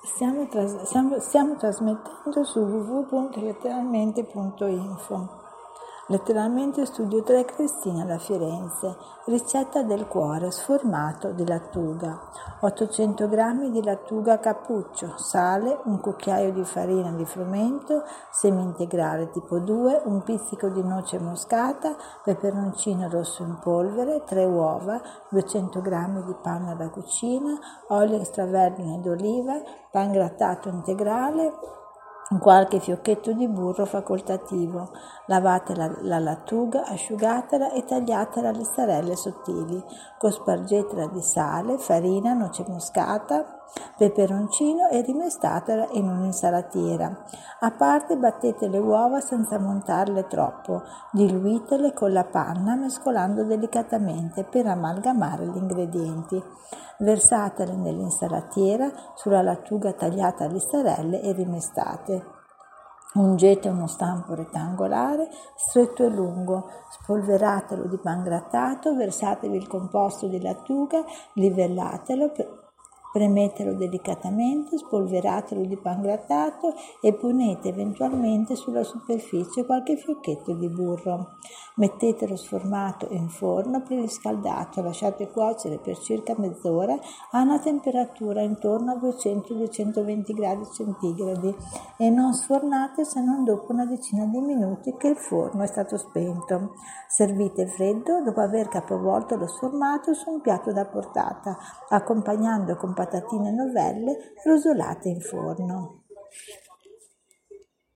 Stiamo trasmettendo su www.letteralmente.info. Letteralmente Studio 3 Cristina da Firenze. Ricetta del cuore sformato di lattuga. 800 g di lattuga cappuccio, sale, un cucchiaio di farina di frumento, semi integrale tipo 2, un pizzico di noce moscata, peperoncino rosso in polvere, 3 uova, 200 g di panna da cucina, olio extravergine d'oliva, pan grattato integrale, qualche fiocchetto di burro facoltativo. Lavate la lattuga, asciugatela e tagliatela a listarelle sottili. Cospargetela di sale, farina, noce moscata, peperoncino e rimestatela in un'insalatiera. A parte battete le uova senza montarle troppo. Diluitele con la panna mescolando delicatamente per amalgamare gli ingredienti. Versatele nell'insalatiera sulla lattuga tagliata a listarelle e rimestate. Ungete uno stampo rettangolare, stretto e lungo, spolveratelo di pan grattato, versatevi il composto di lattuga, livellatelo, premetelo delicatamente, spolveratelo di pan grattato e ponete eventualmente sulla superficie qualche fiocchetto di burro. Mettetelo sformato in forno preriscaldato, lasciate cuocere per circa mezz'ora a una temperatura intorno a 200-220 gradi centigradi e non sfornate se non dopo una decina di minuti che il forno è stato spento. Servite freddo dopo aver capovolto lo sformato su un piatto da portata, accompagnando con patatine novelle rosolate in forno.